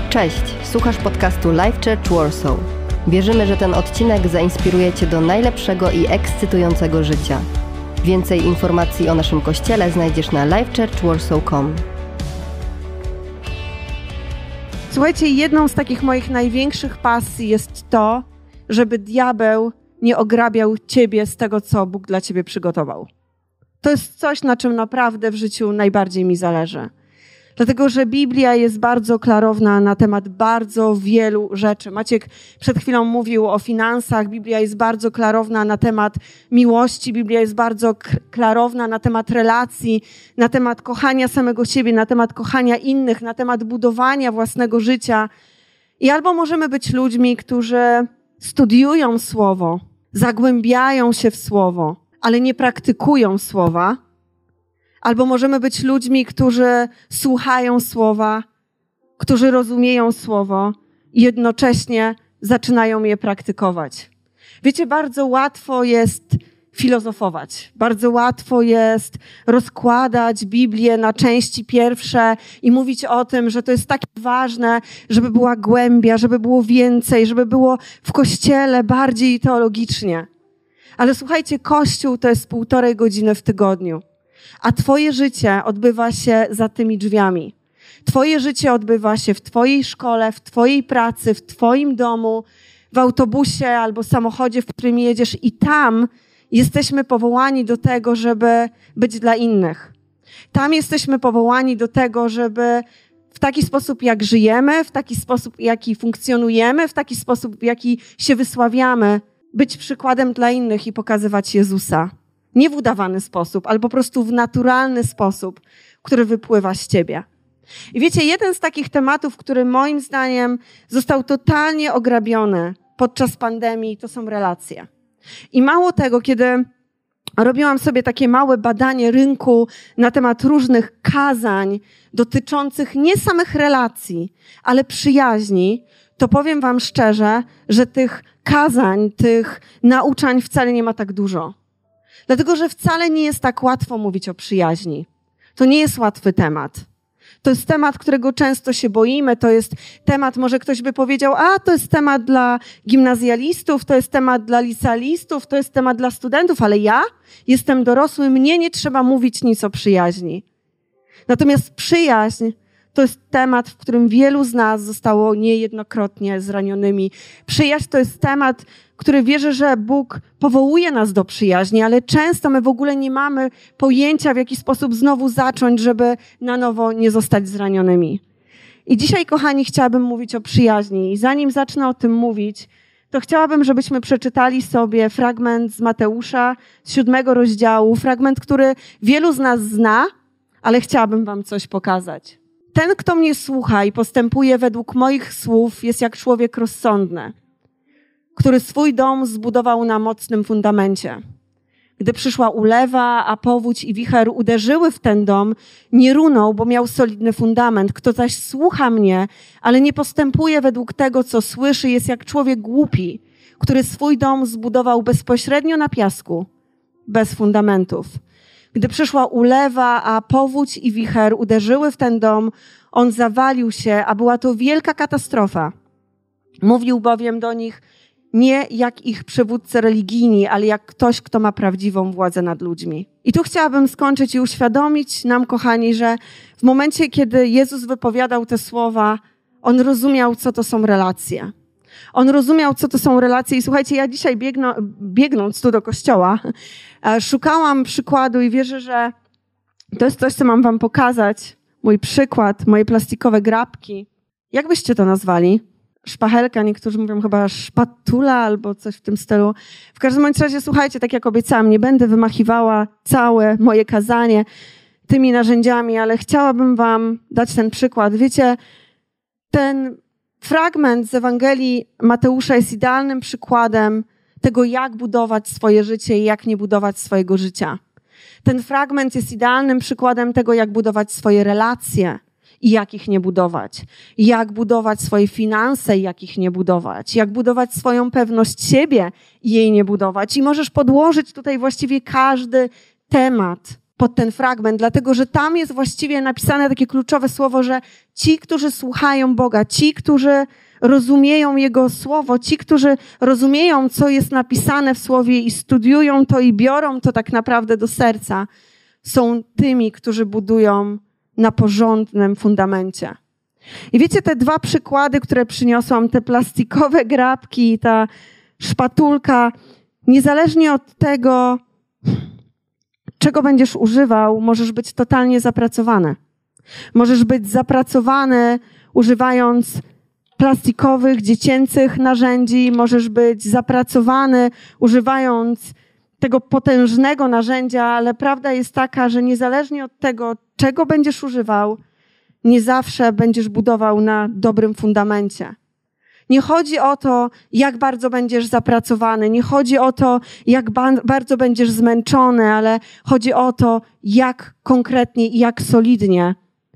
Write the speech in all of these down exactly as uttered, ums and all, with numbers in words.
Cześć, słuchasz podcastu Life Church Warsaw. Wierzymy, że ten odcinek zainspiruje Cię do najlepszego i ekscytującego życia. Więcej informacji o naszym kościele znajdziesz na life church warsaw kropka com. Słuchajcie, jedną z takich moich największych pasji jest to, żeby diabeł nie ograbiał Ciebie z tego, co Bóg dla Ciebie przygotował. To jest coś, na czym naprawdę w życiu najbardziej mi zależy. Dlatego, że Biblia jest bardzo klarowna na temat bardzo wielu rzeczy. Maciek przed chwilą mówił o finansach. Biblia jest bardzo klarowna na temat miłości. Biblia jest bardzo klarowna na temat relacji, na temat kochania samego siebie, na temat kochania innych, na temat budowania własnego życia. I albo możemy być ludźmi, którzy studiują Słowo, zagłębiają się w Słowo, ale nie praktykują Słowa, albo możemy być ludźmi, którzy słuchają Słowa, którzy rozumieją Słowo i jednocześnie zaczynają je praktykować. Wiecie, bardzo łatwo jest filozofować. Bardzo łatwo jest rozkładać Biblię na części pierwsze i mówić o tym, że to jest tak ważne, żeby była głębia, żeby było więcej, żeby było w Kościele bardziej teologicznie. Ale słuchajcie, Kościół to jest półtorej godziny w tygodniu. A Twoje życie odbywa się za tymi drzwiami. Twoje życie odbywa się w Twojej szkole, w Twojej pracy, w Twoim domu, w autobusie albo samochodzie, w którym jedziesz i tam jesteśmy powołani do tego, żeby być dla innych. Tam jesteśmy powołani do tego, żeby w taki sposób, jak żyjemy, w taki sposób, jaki funkcjonujemy, w taki sposób, w jaki się wysławiamy, być przykładem dla innych i pokazywać Jezusa. Nie w udawany sposób, ale po prostu w naturalny sposób, który wypływa z Ciebie. I wiecie, jeden z takich tematów, który moim zdaniem został totalnie ograbiony podczas pandemii, to są relacje. I mało tego, kiedy robiłam sobie takie małe badanie rynku na temat różnych kazań dotyczących nie samych relacji, ale przyjaźni, to powiem wam szczerze, że tych kazań, tych nauczań wcale nie ma tak dużo. Dlatego, że wcale nie jest tak łatwo mówić o przyjaźni. To nie jest łatwy temat. To jest temat, którego często się boimy. To jest temat, może ktoś by powiedział, a to jest temat dla gimnazjalistów, to jest temat dla licealistów, to jest temat dla studentów, ale ja jestem dorosły, mnie nie trzeba mówić nic o przyjaźni. Natomiast przyjaźń to jest temat, w którym wielu z nas zostało niejednokrotnie zranionymi. Przyjaźń to jest temat, który wierzę, że Bóg powołuje nas do przyjaźni, ale często my w ogóle nie mamy pojęcia, w jaki sposób znowu zacząć, żeby na nowo nie zostać zranionymi. I dzisiaj, kochani, chciałabym mówić o przyjaźni. I zanim zacznę o tym mówić, to chciałabym, żebyśmy przeczytali sobie fragment z Mateusza, z siódmego rozdziału, fragment, który wielu z nas zna, ale chciałabym wam coś pokazać. Ten, kto mnie słucha i postępuje według moich słów, jest jak człowiek rozsądny, który swój dom zbudował na mocnym fundamencie. Gdy przyszła ulewa, a powódź i wicher uderzyły w ten dom, nie runął, bo miał solidny fundament. Kto zaś słucha mnie, ale nie postępuje według tego, co słyszy, jest jak człowiek głupi, który swój dom zbudował bezpośrednio na piasku, bez fundamentów. Gdy przyszła ulewa, a powódź i wicher uderzyły w ten dom, on zawalił się, a była to wielka katastrofa. Mówił bowiem do nich nie jak ich przywódcy religijni, ale jak ktoś, kto ma prawdziwą władzę nad ludźmi. I tu chciałabym skończyć i uświadomić nam, kochani, że w momencie, kiedy Jezus wypowiadał te słowa, On rozumiał, co to są relacje. On rozumiał, co to są relacje i słuchajcie, ja dzisiaj biegno, biegnąc tu do kościoła, szukałam przykładu i wierzę, że to jest coś, co mam wam pokazać. Mój przykład, moje plastikowe grabki. Jak byście to nazwali? Szpachelka, niektórzy mówią chyba szpatula albo coś w tym stylu. W każdym bądź razie, słuchajcie, tak jak obiecałam, nie będę wymachiwała całe moje kazanie tymi narzędziami, ale chciałabym wam dać ten przykład. Wiecie, ten fragment z Ewangelii Mateusza jest idealnym przykładem tego, jak budować swoje życie i jak nie budować swojego życia. Ten fragment jest idealnym przykładem tego, jak budować swoje relacje i jak ich nie budować. Jak budować swoje finanse i jak ich nie budować. Jak budować swoją pewność siebie i jej nie budować. I możesz podłożyć tutaj właściwie każdy temat pod ten fragment, dlatego że tam jest właściwie napisane takie kluczowe słowo, że ci, którzy słuchają Boga, ci, którzy rozumieją Jego Słowo, ci, którzy rozumieją, co jest napisane w Słowie i studiują to i biorą to tak naprawdę do serca, są tymi, którzy budują na porządnym fundamencie. I wiecie, te dwa przykłady, które przyniosłam, te plastikowe grabki i ta szpatulka, niezależnie od tego, czego będziesz używał, możesz być totalnie zapracowany. Możesz być zapracowany używając plastikowych, dziecięcych narzędzi, możesz być zapracowany używając tego potężnego narzędzia, ale prawda jest taka, że niezależnie od tego, czego będziesz używał, nie zawsze będziesz budował na dobrym fundamencie. Nie chodzi o to, jak bardzo będziesz zapracowany, nie chodzi o to, jak ba- bardzo będziesz zmęczony, ale chodzi o to, jak konkretnie i jak solidnie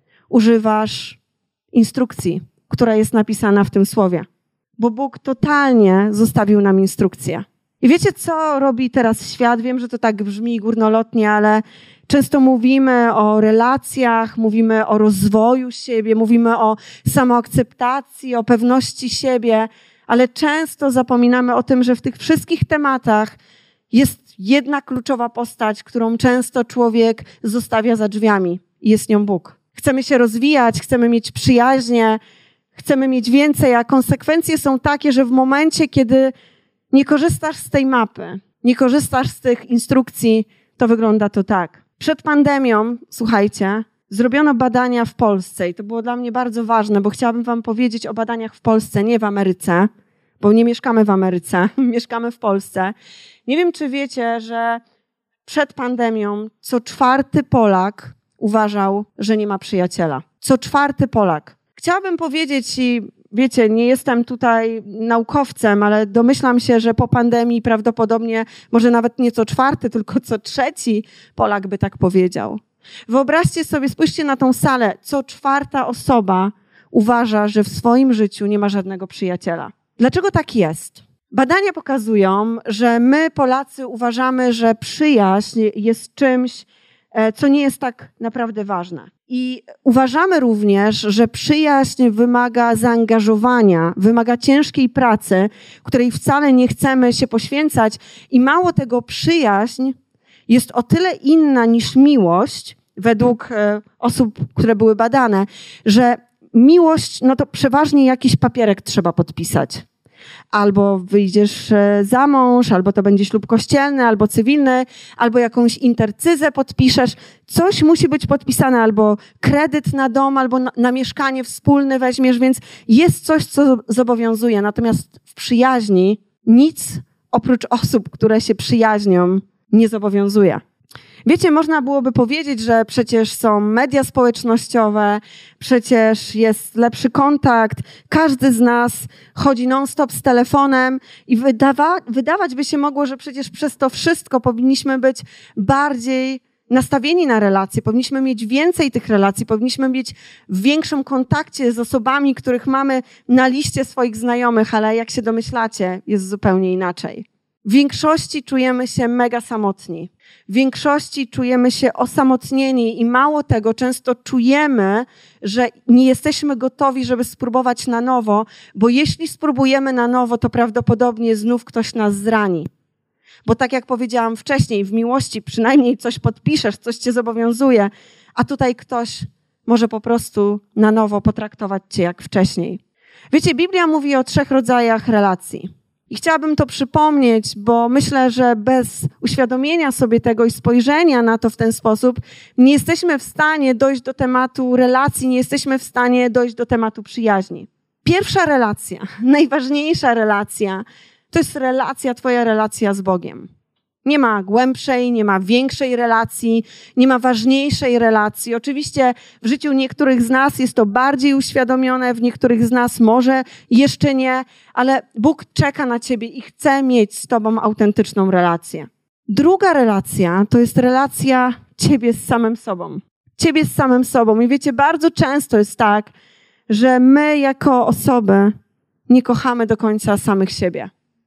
używasz instrukcji, która jest napisana w tym słowie. Bo Bóg totalnie zostawił nam instrukcję. I wiecie, co robi teraz świat? Wiem, że to tak brzmi górnolotnie, ale często mówimy o relacjach, mówimy o rozwoju siebie, mówimy o samoakceptacji, o pewności siebie, ale często zapominamy o tym, że w tych wszystkich tematach jest jedna kluczowa postać, którą często człowiek zostawia za drzwiami i jest nią Bóg. Chcemy się rozwijać, chcemy mieć przyjaźnie, chcemy mieć więcej, a konsekwencje są takie, że w momencie, kiedy nie korzystasz z tej mapy, nie korzystasz z tych instrukcji, to wygląda to tak. Przed pandemią, słuchajcie, zrobiono badania w Polsce i to było dla mnie bardzo ważne, bo chciałabym wam powiedzieć o badaniach w Polsce, nie w Ameryce, bo nie mieszkamy w Ameryce, mieszkamy w Polsce. Nie wiem, czy wiecie, że przed pandemią co czwarty Polak uważał, że nie ma przyjaciela. Co czwarty Polak. Chciałabym powiedzieć i wiecie, nie jestem tutaj naukowcem, ale domyślam się, że po pandemii prawdopodobnie może nawet nie co czwarty, tylko co trzeci Polak by tak powiedział. Wyobraźcie sobie, spójrzcie na tą salę, co czwarta osoba uważa, że w swoim życiu nie ma żadnego przyjaciela. Dlaczego tak jest? Badania pokazują, że my Polacy uważamy, że przyjaźń jest czymś, co nie jest tak naprawdę ważne. I uważamy również, że przyjaźń wymaga zaangażowania, wymaga ciężkiej pracy, której wcale nie chcemy się poświęcać. I mało tego, przyjaźń jest o tyle inna niż miłość, według osób, które były badane, że miłość, no to przeważnie jakiś papierek trzeba podpisać. Albo wyjdziesz za mąż, albo to będzie ślub kościelny, albo cywilny, albo jakąś intercyzę podpiszesz. Coś musi być podpisane, albo kredyt na dom, albo na, na mieszkanie wspólne weźmiesz, więc jest coś, co zobowiązuje. Natomiast w przyjaźni nic oprócz osób, które się przyjaźnią, nie zobowiązuje. Wiecie, można byłoby powiedzieć, że przecież są media społecznościowe, przecież jest lepszy kontakt, każdy z nas chodzi non-stop z telefonem i wydawa- wydawać by się mogło, że przecież przez to wszystko powinniśmy być bardziej nastawieni na relacje, powinniśmy mieć więcej tych relacji, powinniśmy być w większym kontakcie z osobami, których mamy na liście swoich znajomych, ale jak się domyślacie, jest zupełnie inaczej. W większości czujemy się mega samotni. W większości czujemy się osamotnieni i mało tego, często czujemy, że nie jesteśmy gotowi, żeby spróbować na nowo, bo jeśli spróbujemy na nowo, to prawdopodobnie znów ktoś nas zrani. Bo tak jak powiedziałam wcześniej, w miłości przynajmniej coś podpiszesz, coś cię zobowiązuje, a tutaj ktoś może po prostu na nowo potraktować cię jak wcześniej. Wiecie, Biblia mówi o trzech rodzajach relacji. I chciałabym to przypomnieć, bo myślę, że bez uświadomienia sobie tego i spojrzenia na to w ten sposób nie jesteśmy w stanie dojść do tematu relacji, nie jesteśmy w stanie dojść do tematu przyjaźni. Pierwsza relacja, najważniejsza relacja, to jest relacja, twoja relacja z Bogiem. Nie ma głębszej, nie ma większej relacji, nie ma ważniejszej relacji. Oczywiście w życiu niektórych z nas jest to bardziej uświadomione, w niektórych z nas może jeszcze nie, ale Bóg czeka na ciebie i chce mieć z tobą autentyczną relację. Druga relacja to jest relacja ciebie z samym sobą. Ciebie z samym sobą. I wiecie, bardzo często jest tak, że my jako osoby nie kochamy do końca samych siebie.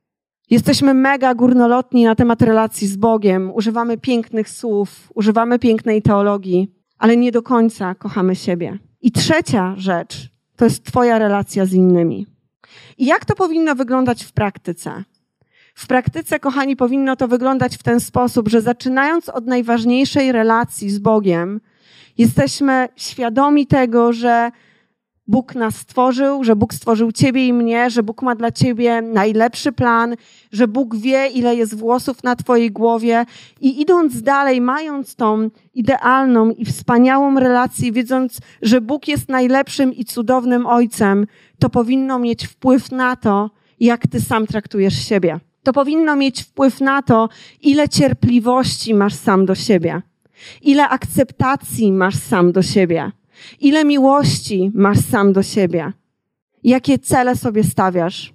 Jesteśmy mega górnolotni na temat relacji z Bogiem, używamy pięknych słów, używamy pięknej teologii, ale nie do końca kochamy siebie. I trzecia rzecz to jest twoja relacja z innymi. I jak to powinno wyglądać w praktyce? W praktyce, kochani, powinno to wyglądać w ten sposób, że zaczynając od najważniejszej relacji z Bogiem, jesteśmy świadomi tego, że Bóg nas stworzył, że Bóg stworzył ciebie i mnie, że Bóg ma dla ciebie najlepszy plan, że Bóg wie, ile jest włosów na twojej głowie i idąc dalej, mając tą idealną i wspaniałą relację, wiedząc, że Bóg jest najlepszym i cudownym Ojcem, to powinno mieć wpływ na to, jak ty sam traktujesz siebie. To powinno mieć wpływ na to, ile cierpliwości masz sam do siebie, ile akceptacji masz sam do siebie, ile miłości masz sam do siebie, jakie cele sobie stawiasz,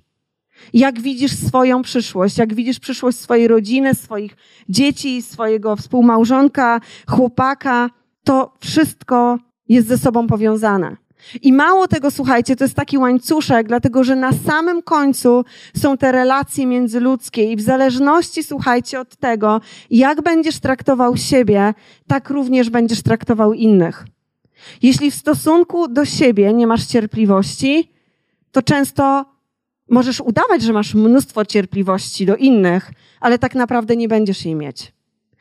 jak widzisz swoją przyszłość, jak widzisz przyszłość swojej rodziny, swoich dzieci, swojego współmałżonka, chłopaka. To wszystko jest ze sobą powiązane. I mało tego, słuchajcie, to jest taki łańcuszek, dlatego że na samym końcu są te relacje międzyludzkie i w zależności, słuchajcie, od tego, jak będziesz traktował siebie, tak również będziesz traktował innych. Jeśli w stosunku do siebie nie masz cierpliwości, to często możesz udawać, że masz mnóstwo cierpliwości do innych, ale tak naprawdę nie będziesz jej mieć.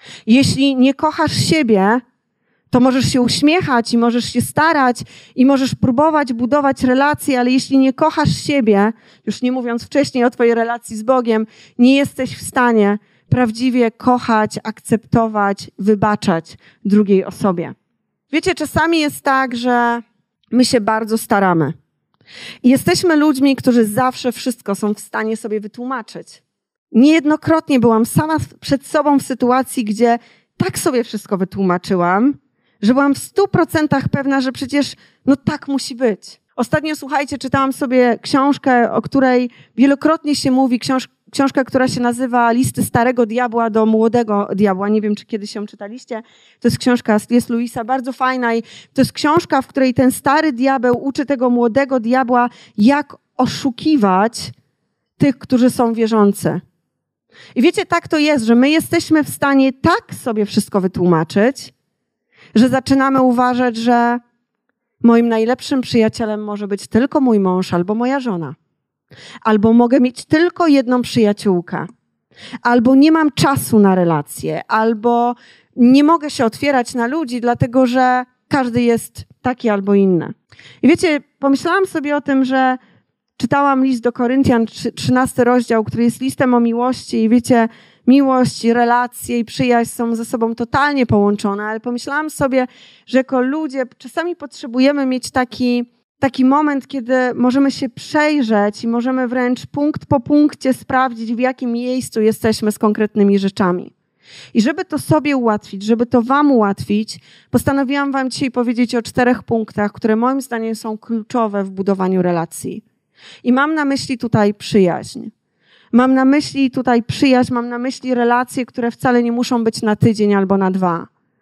Jeśli nie kochasz siebie, to możesz się uśmiechać i możesz się starać i możesz próbować budować relacje, ale jeśli nie kochasz siebie, już nie mówiąc wcześniej o twojej relacji z Bogiem, nie jesteś w stanie prawdziwie kochać, akceptować, wybaczać drugiej osobie. Wiecie, czasami jest tak, że my się bardzo staramy. I jesteśmy ludźmi, którzy zawsze wszystko są w stanie sobie wytłumaczyć. Niejednokrotnie byłam sama przed sobą w sytuacji, gdzie tak sobie wszystko wytłumaczyłam, że byłam w stu procentach pewna, że przecież no tak musi być. Ostatnio, słuchajcie, czytałam sobie książkę, o której wielokrotnie się mówi, książ- książkę, która się nazywa Listy Starego Diabła do Młodego Diabła. Nie wiem, czy kiedyś ją czytaliście. To jest książka C S Lewisa, bardzo fajna i to jest książka, w której ten stary diabeł uczy tego młodego diabła, jak oszukiwać tych, którzy są wierzący. I wiecie, tak to jest, że my jesteśmy w stanie tak sobie wszystko wytłumaczyć, że zaczynamy uważać, że moim najlepszym przyjacielem może być tylko mój mąż albo moja żona. Albo mogę mieć tylko jedną przyjaciółkę. Albo nie mam czasu na relacje. Albo nie mogę się otwierać na ludzi, dlatego że każdy jest taki albo inny. I wiecie, pomyślałam sobie o tym, że czytałam list do Koryntian, trzynasty rozdział, który jest listem o miłości i wiecie, miłość, relacje i przyjaźń są ze sobą totalnie połączone, ale pomyślałam sobie, że jako ludzie czasami potrzebujemy mieć taki, taki moment, kiedy możemy się przejrzeć i możemy wręcz punkt po punkcie sprawdzić, w jakim miejscu jesteśmy z konkretnymi rzeczami. I żeby to sobie ułatwić, żeby to wam ułatwić, postanowiłam wam dzisiaj powiedzieć o czterech punktach, które moim zdaniem są kluczowe w budowaniu relacji. I mam na myśli tutaj przyjaźń. Mam na myśli tutaj przyjaźń, mam na myśli relacje, które wcale nie muszą być na tydzień albo na dwa.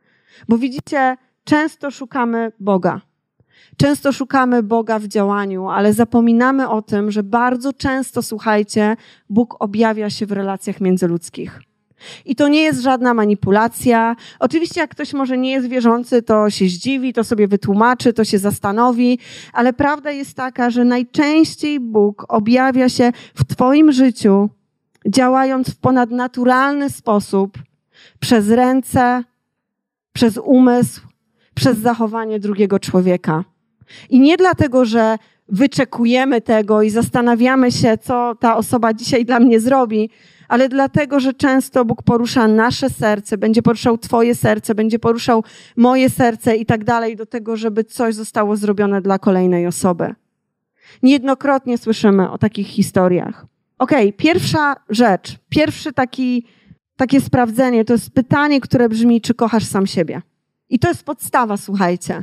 Bo widzicie, często szukamy Boga. Często szukamy Boga w działaniu, ale zapominamy o tym, że bardzo często, słuchajcie, Bóg objawia się w relacjach międzyludzkich. I to nie jest żadna manipulacja. Oczywiście jak ktoś może nie jest wierzący, to się zdziwi, to sobie wytłumaczy, to się zastanowi, ale prawda jest taka, że najczęściej Bóg objawia się w twoim życiu, działając w ponadnaturalny sposób, przez ręce, przez umysł, przez zachowanie drugiego człowieka. I nie dlatego, że wyczekujemy tego i zastanawiamy się, co ta osoba dzisiaj dla mnie zrobi, ale dlatego, że często Bóg porusza nasze serce, będzie poruszał twoje serce, będzie poruszał moje serce i tak dalej do tego, żeby coś zostało zrobione dla kolejnej osoby. Niejednokrotnie słyszymy o takich historiach. Okej, okay, pierwsza rzecz, pierwszy taki, takie sprawdzenie, to jest pytanie, które brzmi, czy kochasz sam siebie? I to jest podstawa, słuchajcie.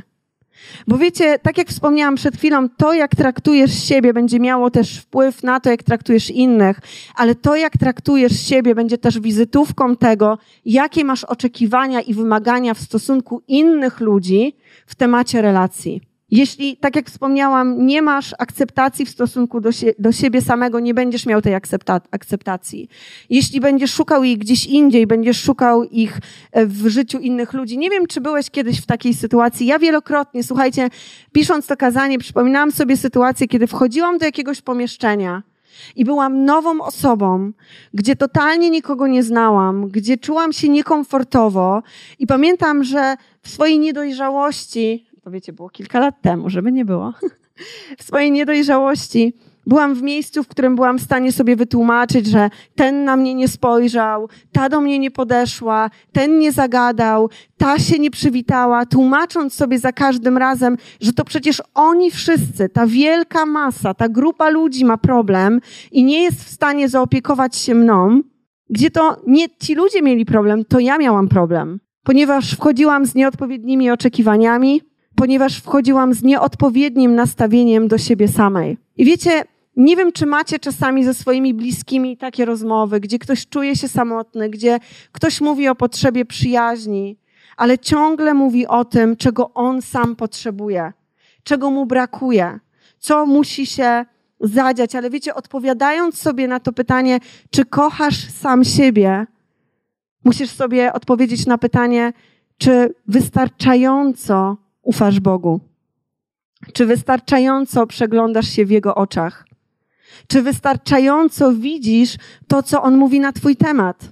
Bo wiecie, tak jak wspomniałam przed chwilą, to jak traktujesz siebie będzie miało też wpływ na to, jak traktujesz innych, ale to jak traktujesz siebie będzie też wizytówką tego, jakie masz oczekiwania i wymagania w stosunku innych ludzi w temacie relacji. Jeśli, tak jak wspomniałam, nie masz akceptacji w stosunku do, sie, do siebie samego, nie będziesz miał tej akcepta, akceptacji. Jeśli będziesz szukał jej gdzieś indziej, będziesz szukał ich w życiu innych ludzi. Nie wiem, czy byłeś kiedyś w takiej sytuacji. Ja wielokrotnie, słuchajcie, pisząc to kazanie, przypominałam sobie sytuację, kiedy wchodziłam do jakiegoś pomieszczenia i byłam nową osobą, gdzie totalnie nikogo nie znałam, gdzie czułam się niekomfortowo i pamiętam, że w swojej niedojrzałości, to wiecie, było kilka lat temu, żeby nie było, w swojej niedojrzałości byłam w miejscu, w którym byłam w stanie sobie wytłumaczyć, że ten na mnie nie spojrzał, ta do mnie nie podeszła, ten nie zagadał, ta się nie przywitała, tłumacząc sobie za każdym razem, że to przecież oni wszyscy, ta wielka masa, ta grupa ludzi ma problem i nie jest w stanie zaopiekować się mną, gdzie to nie ci ludzie mieli problem, to ja miałam problem, ponieważ wchodziłam z nieodpowiednimi oczekiwaniami, ponieważ wchodziłam z nieodpowiednim nastawieniem do siebie samej. I wiecie, nie wiem, czy macie czasami ze swoimi bliskimi takie rozmowy, gdzie ktoś czuje się samotny, gdzie ktoś mówi o potrzebie przyjaźni, ale ciągle mówi o tym, czego on sam potrzebuje, czego mu brakuje, co musi się zadziać. Ale wiecie, odpowiadając sobie na to pytanie, czy kochasz sam siebie, musisz sobie odpowiedzieć na pytanie, czy wystarczająco ufasz Bogu? Czy wystarczająco przeglądasz się w Jego oczach? Czy wystarczająco widzisz to, co On mówi na twój temat?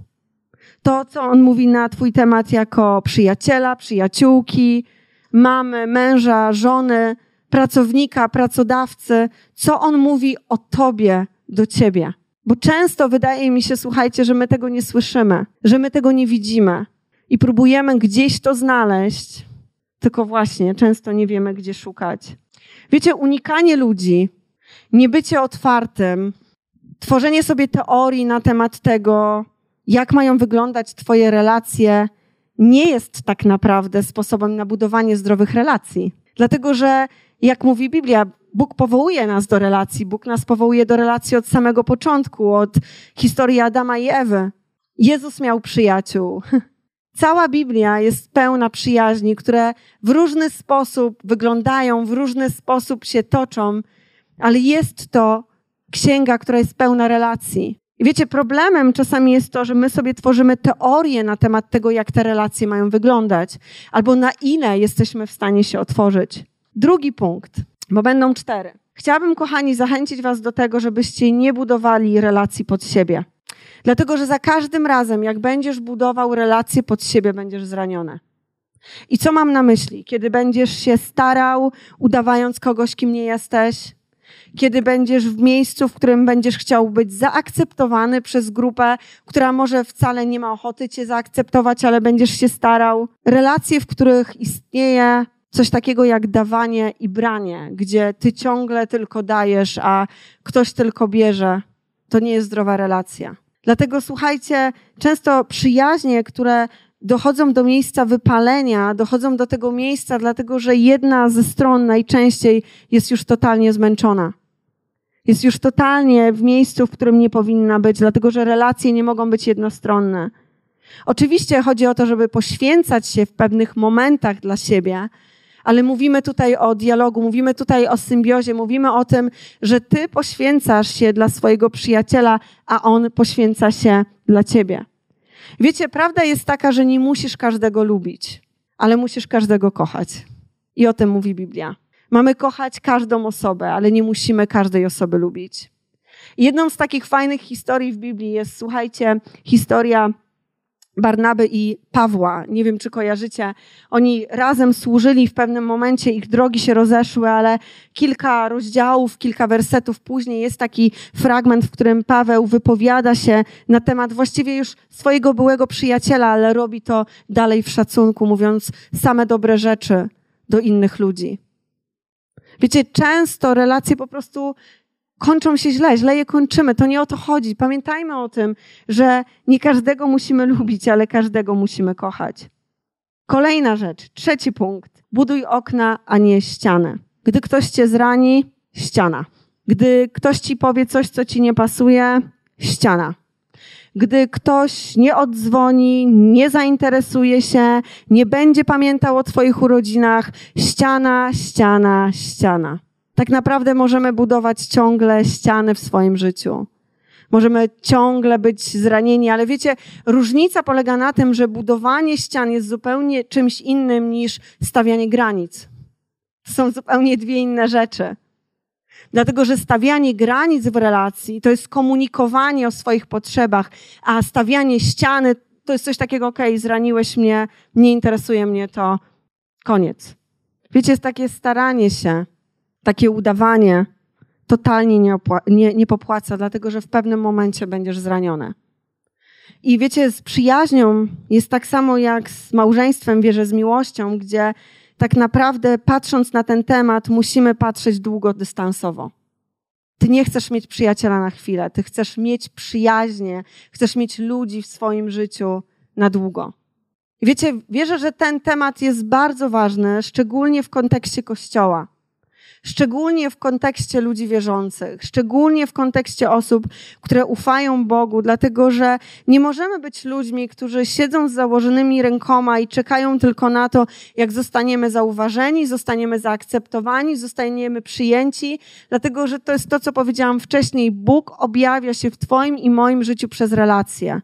To, co On mówi na twój temat jako przyjaciela, przyjaciółki, mamy, męża, żony, pracownika, pracodawcy. Co On mówi o tobie, do ciebie? Bo często wydaje mi się, słuchajcie, że my tego nie słyszymy, że my tego nie widzimy i próbujemy gdzieś to znaleźć, tylko właśnie często nie wiemy, gdzie szukać. Wiecie, unikanie ludzi, niebycie otwartym, tworzenie sobie teorii na temat tego, jak mają wyglądać twoje relacje, nie jest tak naprawdę sposobem na budowanie zdrowych relacji. Dlatego, że jak mówi Biblia, Bóg powołuje nas do relacji. Bóg nas powołuje do relacji od samego początku, od historii Adama i Ewy. Jezus miał przyjaciół. Cała Biblia jest pełna przyjaźni, które w różny sposób wyglądają, w różny sposób się toczą, ale jest to księga, która jest pełna relacji. I wiecie, problemem czasami jest to, że my sobie tworzymy teorię na temat tego, jak te relacje mają wyglądać, albo na ile jesteśmy w stanie się otworzyć. Drugi punkt, bo będą cztery. Chciałabym, kochani, zachęcić was do tego, żebyście nie budowali relacji pod siebie. Dlatego, że za każdym razem, jak będziesz budował relacje pod siebie, będziesz zraniony. I co mam na myśli? Kiedy będziesz się starał, udawając kogoś, kim nie jesteś, kiedy będziesz w miejscu, w którym będziesz chciał być zaakceptowany przez grupę, która może wcale nie ma ochoty cię zaakceptować, ale będziesz się starał. Relacje, w których istnieje coś takiego jak dawanie i branie, gdzie ty ciągle tylko dajesz, a ktoś tylko bierze, to nie jest zdrowa relacja. Dlatego słuchajcie, często przyjaźnie, które dochodzą do miejsca wypalenia, dochodzą do tego miejsca, dlatego że jedna ze stron najczęściej jest już totalnie zmęczona. Jest już totalnie w miejscu, w którym nie powinna być, dlatego że relacje nie mogą być jednostronne. Oczywiście chodzi o to, żeby poświęcać się w pewnych momentach dla siebie, ale mówimy tutaj o dialogu, mówimy tutaj o symbiozie, mówimy o tym, że ty poświęcasz się dla swojego przyjaciela, a on poświęca się dla ciebie. Wiecie, prawda jest taka, że nie musisz każdego lubić, ale musisz każdego kochać. I o tym mówi Biblia. Mamy kochać każdą osobę, ale nie musimy każdej osoby lubić. I jedną z takich fajnych historii w Biblii jest, słuchajcie, historia Barnaby i Pawła. Nie wiem, czy kojarzycie. Oni razem służyli, w pewnym momencie ich drogi się rozeszły, ale kilka rozdziałów, kilka wersetów później jest taki fragment, w którym Paweł wypowiada się na temat właściwie już swojego byłego przyjaciela, ale robi to dalej w szacunku, mówiąc same dobre rzeczy do innych ludzi. Wiecie, często relacje po prostu kończą się źle, źle je kończymy. To nie o to chodzi. Pamiętajmy o tym, że nie każdego musimy lubić, ale każdego musimy kochać. Kolejna rzecz, trzeci punkt. Buduj okna, a nie ściany. Gdy ktoś cię zrani, ściana. Gdy ktoś ci powie coś, co ci nie pasuje, ściana. gdy ktoś nie oddzwoni, nie zainteresuje się, nie będzie pamiętał o twoich urodzinach. Ściana, ściana, ściana. Tak naprawdę możemy budować ciągle ściany w swoim życiu. Możemy ciągle być zranieni, ale wiecie, różnica polega na tym, że budowanie ścian jest zupełnie czymś innym niż stawianie granic. To są zupełnie dwie inne rzeczy. Dlatego, że stawianie granic w relacji to jest komunikowanie o swoich potrzebach, a stawianie ściany to jest coś takiego, okej, okay, zraniłeś mnie, nie interesuje mnie to, koniec. Wiecie, jest takie staranie się, takie udawanie totalnie nie, opła- nie, nie popłaca, dlatego, że w pewnym momencie będziesz zraniony. I wiecie, z przyjaźnią jest tak samo jak z małżeństwem, wierzę, z miłością, gdzie tak naprawdę patrząc na ten temat musimy patrzeć długodystansowo. Ty nie chcesz mieć przyjaciela na chwilę, ty chcesz mieć przyjaźnie, chcesz mieć ludzi w swoim życiu na długo. I wiecie, wierzę, że ten temat jest bardzo ważny, szczególnie w kontekście Kościoła. Szczególnie w kontekście ludzi wierzących, szczególnie w kontekście osób, które ufają Bogu, dlatego że nie możemy być ludźmi, którzy siedzą z założonymi rękoma i czekają tylko na to, jak zostaniemy zauważeni, zostaniemy zaakceptowani, zostaniemy przyjęci, dlatego że to jest to, co powiedziałam wcześniej. Bóg objawia się w twoim i moim życiu przez relacje.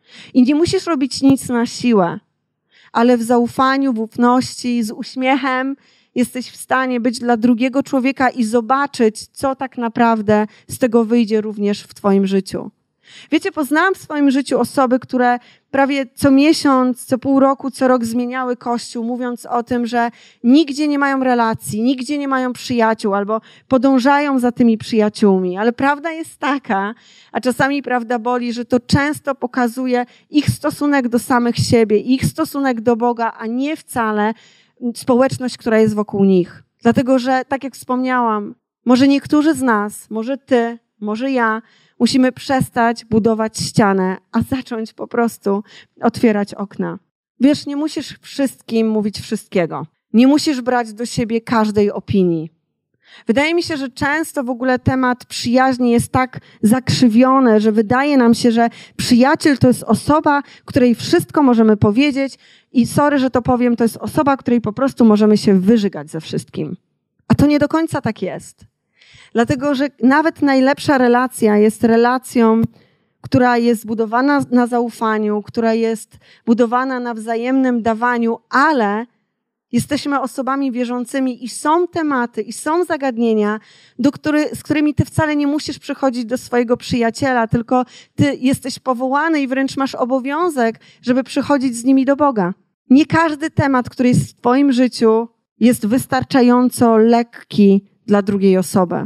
I nie musisz robić nic na siłę, ale w zaufaniu, w ufności, z uśmiechem, jesteś w stanie być dla drugiego człowieka i zobaczyć, co tak naprawdę z tego wyjdzie również w twoim życiu. Wiecie, poznałam w swoim życiu osoby, które prawie co miesiąc, co pół roku, co rok zmieniały Kościół, mówiąc o tym, że nigdzie nie mają relacji, nigdzie nie mają przyjaciół albo podążają za tymi przyjaciółmi. Ale prawda jest taka, a czasami prawda boli, że to często pokazuje ich stosunek do samych siebie, ich stosunek do Boga, a nie wcale społeczność, która jest wokół nich. Dlatego, że tak jak wspomniałam, może niektórzy z nas, może ty, może ja, musimy przestać budować ścianę, a zacząć po prostu otwierać okna. Wiesz, nie musisz wszystkim mówić wszystkiego. Nie musisz brać do siebie każdej opinii. Wydaje mi się, że często w ogóle temat przyjaźni jest tak zakrzywiony, że wydaje nam się, że przyjaciel to jest osoba, której wszystko możemy powiedzieć i sorry, że to powiem, to jest osoba, której po prostu możemy się wyżygać ze wszystkim. A to nie do końca tak jest. Dlatego, że nawet najlepsza relacja jest relacją, która jest budowana na zaufaniu, która jest budowana na wzajemnym dawaniu, ale jesteśmy osobami wierzącymi i są tematy, i są zagadnienia, do który, z którymi ty wcale nie musisz przychodzić do swojego przyjaciela, tylko ty jesteś powołany i wręcz masz obowiązek, żeby przychodzić z nimi do Boga. Nie każdy temat, który jest w twoim życiu, jest wystarczająco lekki dla drugiej osoby.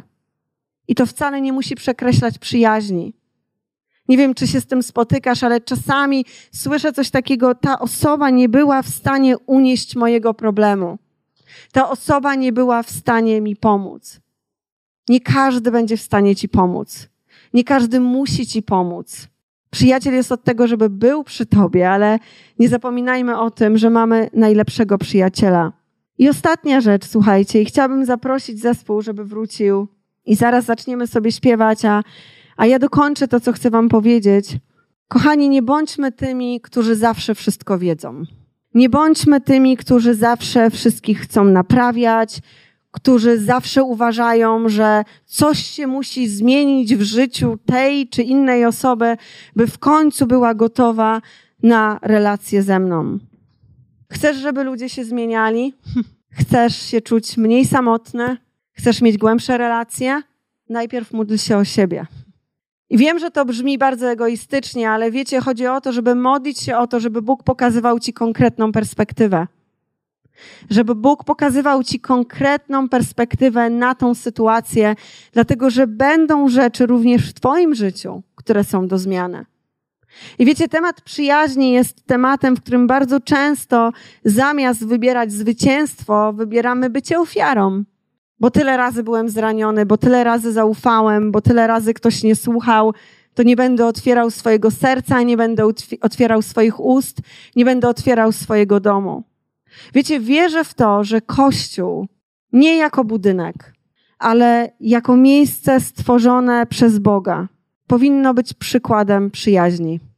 I to wcale nie musi przekreślać przyjaźni. Nie wiem, czy się z tym spotykasz, ale czasami słyszę coś takiego, ta osoba nie była w stanie unieść mojego problemu. Ta osoba nie była w stanie mi pomóc. Nie każdy będzie w stanie ci pomóc. Nie każdy musi ci pomóc. Przyjaciel jest od tego, żeby był przy tobie, ale nie zapominajmy o tym, że mamy najlepszego przyjaciela. I ostatnia rzecz, słuchajcie, i chciałabym zaprosić zespół, żeby wrócił i zaraz zaczniemy sobie śpiewać, a A ja dokończę to, co chcę wam powiedzieć. Kochani, nie bądźmy tymi, którzy zawsze wszystko wiedzą. Nie bądźmy tymi, którzy zawsze wszystkich chcą naprawiać, którzy zawsze uważają, że coś się musi zmienić w życiu tej czy innej osoby, by w końcu była gotowa na relację ze mną. Chcesz, żeby ludzie się zmieniali? Chcesz się czuć mniej samotny? Chcesz mieć głębsze relacje? Najpierw módl się o siebie. I wiem, że to brzmi bardzo egoistycznie, ale wiecie, chodzi o to, żeby modlić się o to, żeby Bóg pokazywał ci konkretną perspektywę. Żeby Bóg pokazywał ci konkretną perspektywę na tą sytuację, dlatego że będą rzeczy również w twoim życiu, które są do zmiany. I wiecie, temat przyjaźni jest tematem, w którym bardzo często zamiast wybierać zwycięstwo, wybieramy bycie ofiarą. Bo tyle razy byłem zraniony, bo tyle razy zaufałem, bo tyle razy ktoś nie słuchał, to nie będę otwierał swojego serca, nie będę otwierał swoich ust, nie będę otwierał swojego domu. Wiecie, wierzę w to, że Kościół nie jako budynek, ale jako miejsce stworzone przez Boga powinno być przykładem przyjaźni.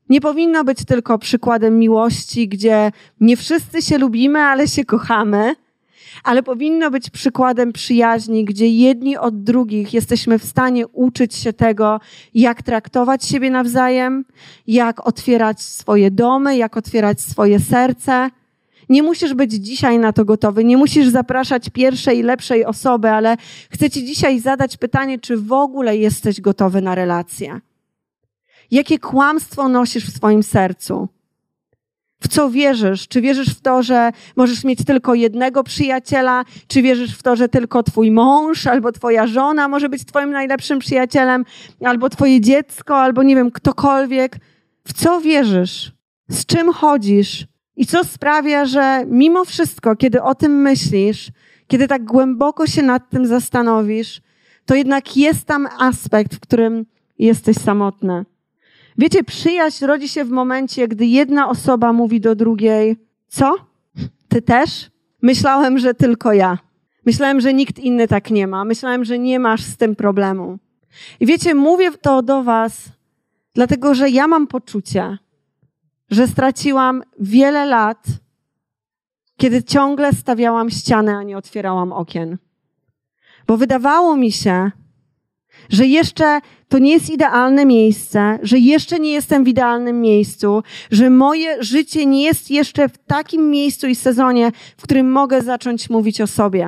Nie powinno być tylko przykładem miłości, gdzie nie wszyscy się lubimy, ale się kochamy, ale powinno być przykładem przyjaźni, gdzie jedni od drugich jesteśmy w stanie uczyć się tego, jak traktować siebie nawzajem, jak otwierać swoje domy, jak otwierać swoje serce. Nie musisz być dzisiaj na to gotowy, nie musisz zapraszać pierwszej, lepszej osoby, ale chcę ci dzisiaj zadać pytanie, czy w ogóle jesteś gotowy na relację? Jakie kłamstwo nosisz w swoim sercu? W co wierzysz? Czy wierzysz w to, że możesz mieć tylko jednego przyjaciela? Czy wierzysz w to, że tylko twój mąż albo twoja żona może być twoim najlepszym przyjacielem? Albo twoje dziecko, albo nie wiem, ktokolwiek? W co wierzysz? Z czym chodzisz? I co sprawia, że mimo wszystko, kiedy o tym myślisz, kiedy tak głęboko się nad tym zastanowisz, to jednak jest tam aspekt, w którym jesteś samotny. Wiecie, przyjaźń rodzi się w momencie, gdy jedna osoba mówi do drugiej: co? Ty też? Myślałem, że tylko ja. Myślałem, że nikt inny tak nie ma. Myślałem, że nie masz z tym problemu. I wiecie, mówię to do was, dlatego że ja mam poczucie, że straciłam wiele lat, kiedy ciągle stawiałam ścianę, a nie otwierałam okien. Bo wydawało mi się, że jeszcze to nie jest idealne miejsce, że jeszcze nie jestem w idealnym miejscu, że moje życie nie jest jeszcze w takim miejscu i sezonie, w którym mogę zacząć mówić o sobie.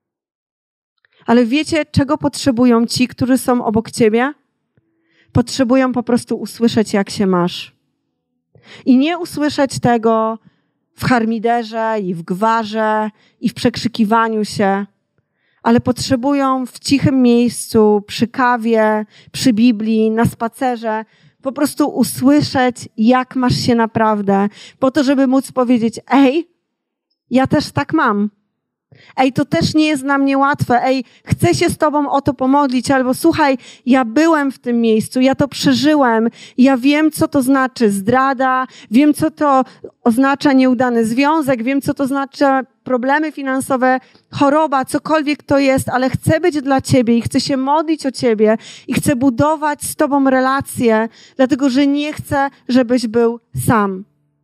Ale wiecie, czego potrzebują ci, którzy są obok ciebie? Potrzebują po prostu usłyszeć, jak się masz. I nie usłyszeć tego w harmiderze i w gwarze i w przekrzykiwaniu się, ale potrzebują w cichym miejscu, przy kawie, przy Biblii, na spacerze, po prostu usłyszeć, jak masz się naprawdę, po to, żeby móc powiedzieć: ej, ja też tak mam. Ej, to też nie jest dla mnie łatwe. Ej, chcę się z tobą o to pomodlić. Albo słuchaj, ja byłem w tym miejscu, ja to przeżyłem. Ja wiem, co to znaczy zdrada, wiem, co to oznacza nieudany związek, wiem, co to znaczy problemy finansowe, choroba, cokolwiek to jest, ale chcę być dla ciebie i chcę się modlić o ciebie i chcę budować z tobą relacje, dlatego że nie chcę, żebyś był sam.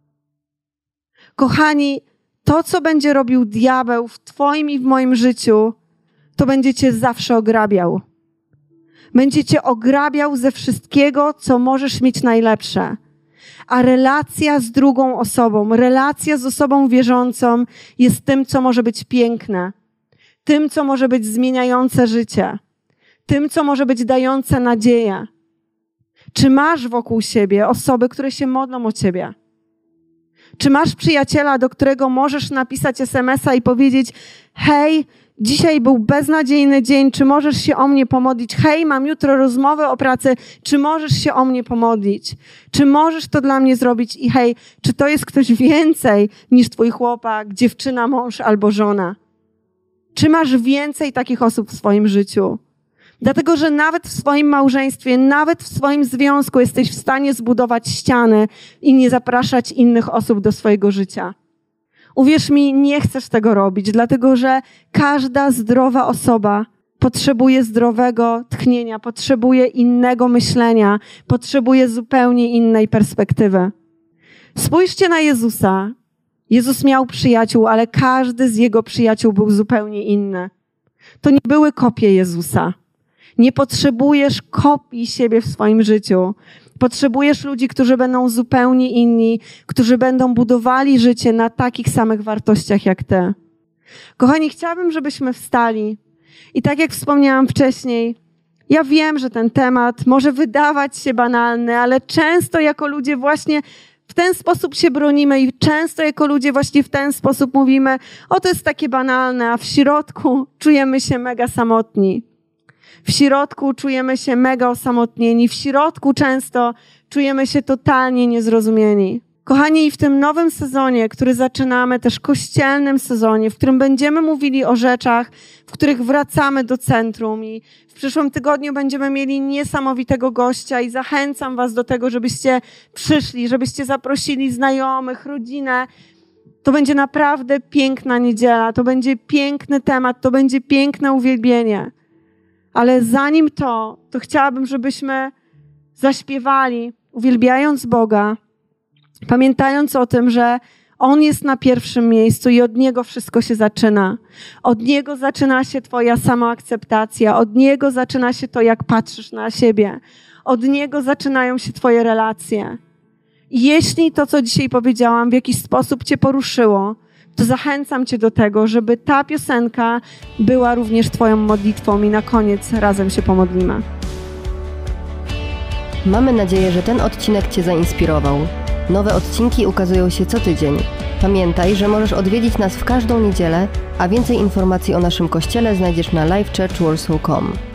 Kochani, to, co będzie robił diabeł w twoim i w moim życiu, to będzie cię zawsze ograbiał. Będzie cię ograbiał ze wszystkiego, co możesz mieć najlepsze. A relacja z drugą osobą, relacja z osobą wierzącą jest tym, co może być piękne. Tym, co może być zmieniające życie. Tym, co może być dające nadzieję. Czy masz wokół siebie osoby, które się modlą o ciebie? Czy masz przyjaciela, do którego możesz napisać es em es a i powiedzieć: hej, dzisiaj był beznadziejny dzień, czy możesz się o mnie pomodlić? Hej, mam jutro rozmowę o pracy, czy możesz się o mnie pomodlić? Czy możesz to dla mnie zrobić? I hej, czy to jest ktoś więcej niż twój chłopak, dziewczyna, mąż albo żona? Czy masz więcej takich osób w swoim życiu? Dlatego, że nawet w swoim małżeństwie, nawet w swoim związku jesteś w stanie zbudować ściany i nie zapraszać innych osób do swojego życia. Uwierz mi, nie chcesz tego robić, dlatego że każda zdrowa osoba potrzebuje zdrowego tchnienia, potrzebuje innego myślenia, potrzebuje zupełnie innej perspektywy. Spójrzcie na Jezusa. Jezus miał przyjaciół, ale każdy z jego przyjaciół był zupełnie inny. To nie były kopie Jezusa. Nie potrzebujesz kopii siebie w swoim życiu. Potrzebujesz ludzi, którzy będą zupełnie inni, którzy będą budowali życie na takich samych wartościach jak ty. Kochani, chciałabym, żebyśmy wstali. I tak jak wspomniałam wcześniej, ja wiem, że ten temat może wydawać się banalny, ale często jako ludzie właśnie w ten sposób się bronimy i często jako ludzie właśnie w ten sposób mówimy: o, to jest takie banalne, a w środku czujemy się mega samotni. W środku czujemy się mega osamotnieni. W środku często czujemy się totalnie niezrozumieni. Kochani, w tym nowym sezonie, który zaczynamy, też kościelnym sezonie, w którym będziemy mówili o rzeczach, w których wracamy do centrum i w przyszłym tygodniu będziemy mieli niesamowitego gościa i zachęcam was do tego, żebyście przyszli, żebyście zaprosili znajomych, rodzinę. To będzie naprawdę piękna niedziela, to będzie piękny temat, to będzie piękne uwielbienie. Ale zanim to, to chciałabym, żebyśmy zaśpiewali uwielbiając Boga, pamiętając o tym, że On jest na pierwszym miejscu i od Niego wszystko się zaczyna. Od Niego zaczyna się twoja samoakceptacja, od Niego zaczyna się to, jak patrzysz na siebie. Od Niego zaczynają się twoje relacje. I jeśli to, co dzisiaj powiedziałam, w jakiś sposób cię poruszyło, to zachęcam cię do tego, żeby ta piosenka była również twoją modlitwą i na koniec razem się pomodlimy. Mamy nadzieję, że ten odcinek cię zainspirował. Nowe odcinki ukazują się co tydzień. Pamiętaj, że możesz odwiedzić nas w każdą niedzielę, a więcej informacji o naszym kościele znajdziesz na live church warsaw kropka com.